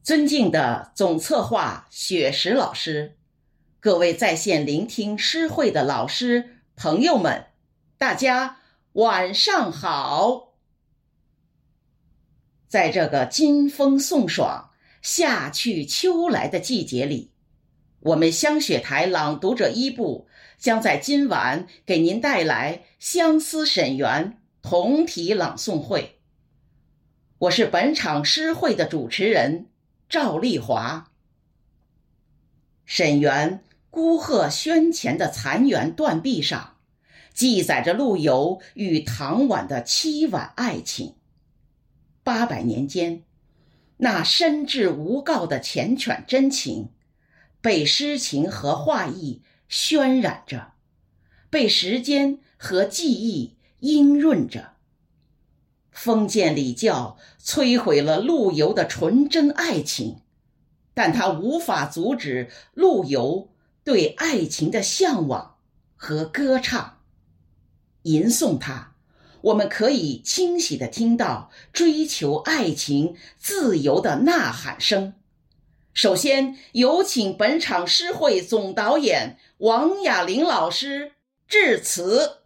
尊敬的总策划雪石老师，各位在线聆听诗会的老师朋友们，大家晚上好。在这个金风送爽、夏去秋来的季节里，我们香雪台朗读者一部将在今晚给您带来相思沈园同题朗诵会。我是本场诗会的主持人赵丽华。沈园孤鹤轩前的残垣断壁上，记载着陆游与唐婉的凄婉爱情。800年间，那深挚无告的缱绻真情，被诗情和画意渲染着，被时间和记忆氤润着。封建礼教摧毁了陆游的纯真爱情，但它无法阻止陆游对爱情的向往和歌唱。吟诵它，我们可以清晰地听到追求爱情自由的呐喊声。首先，有请本场诗会总导演王雅玲老师致辞。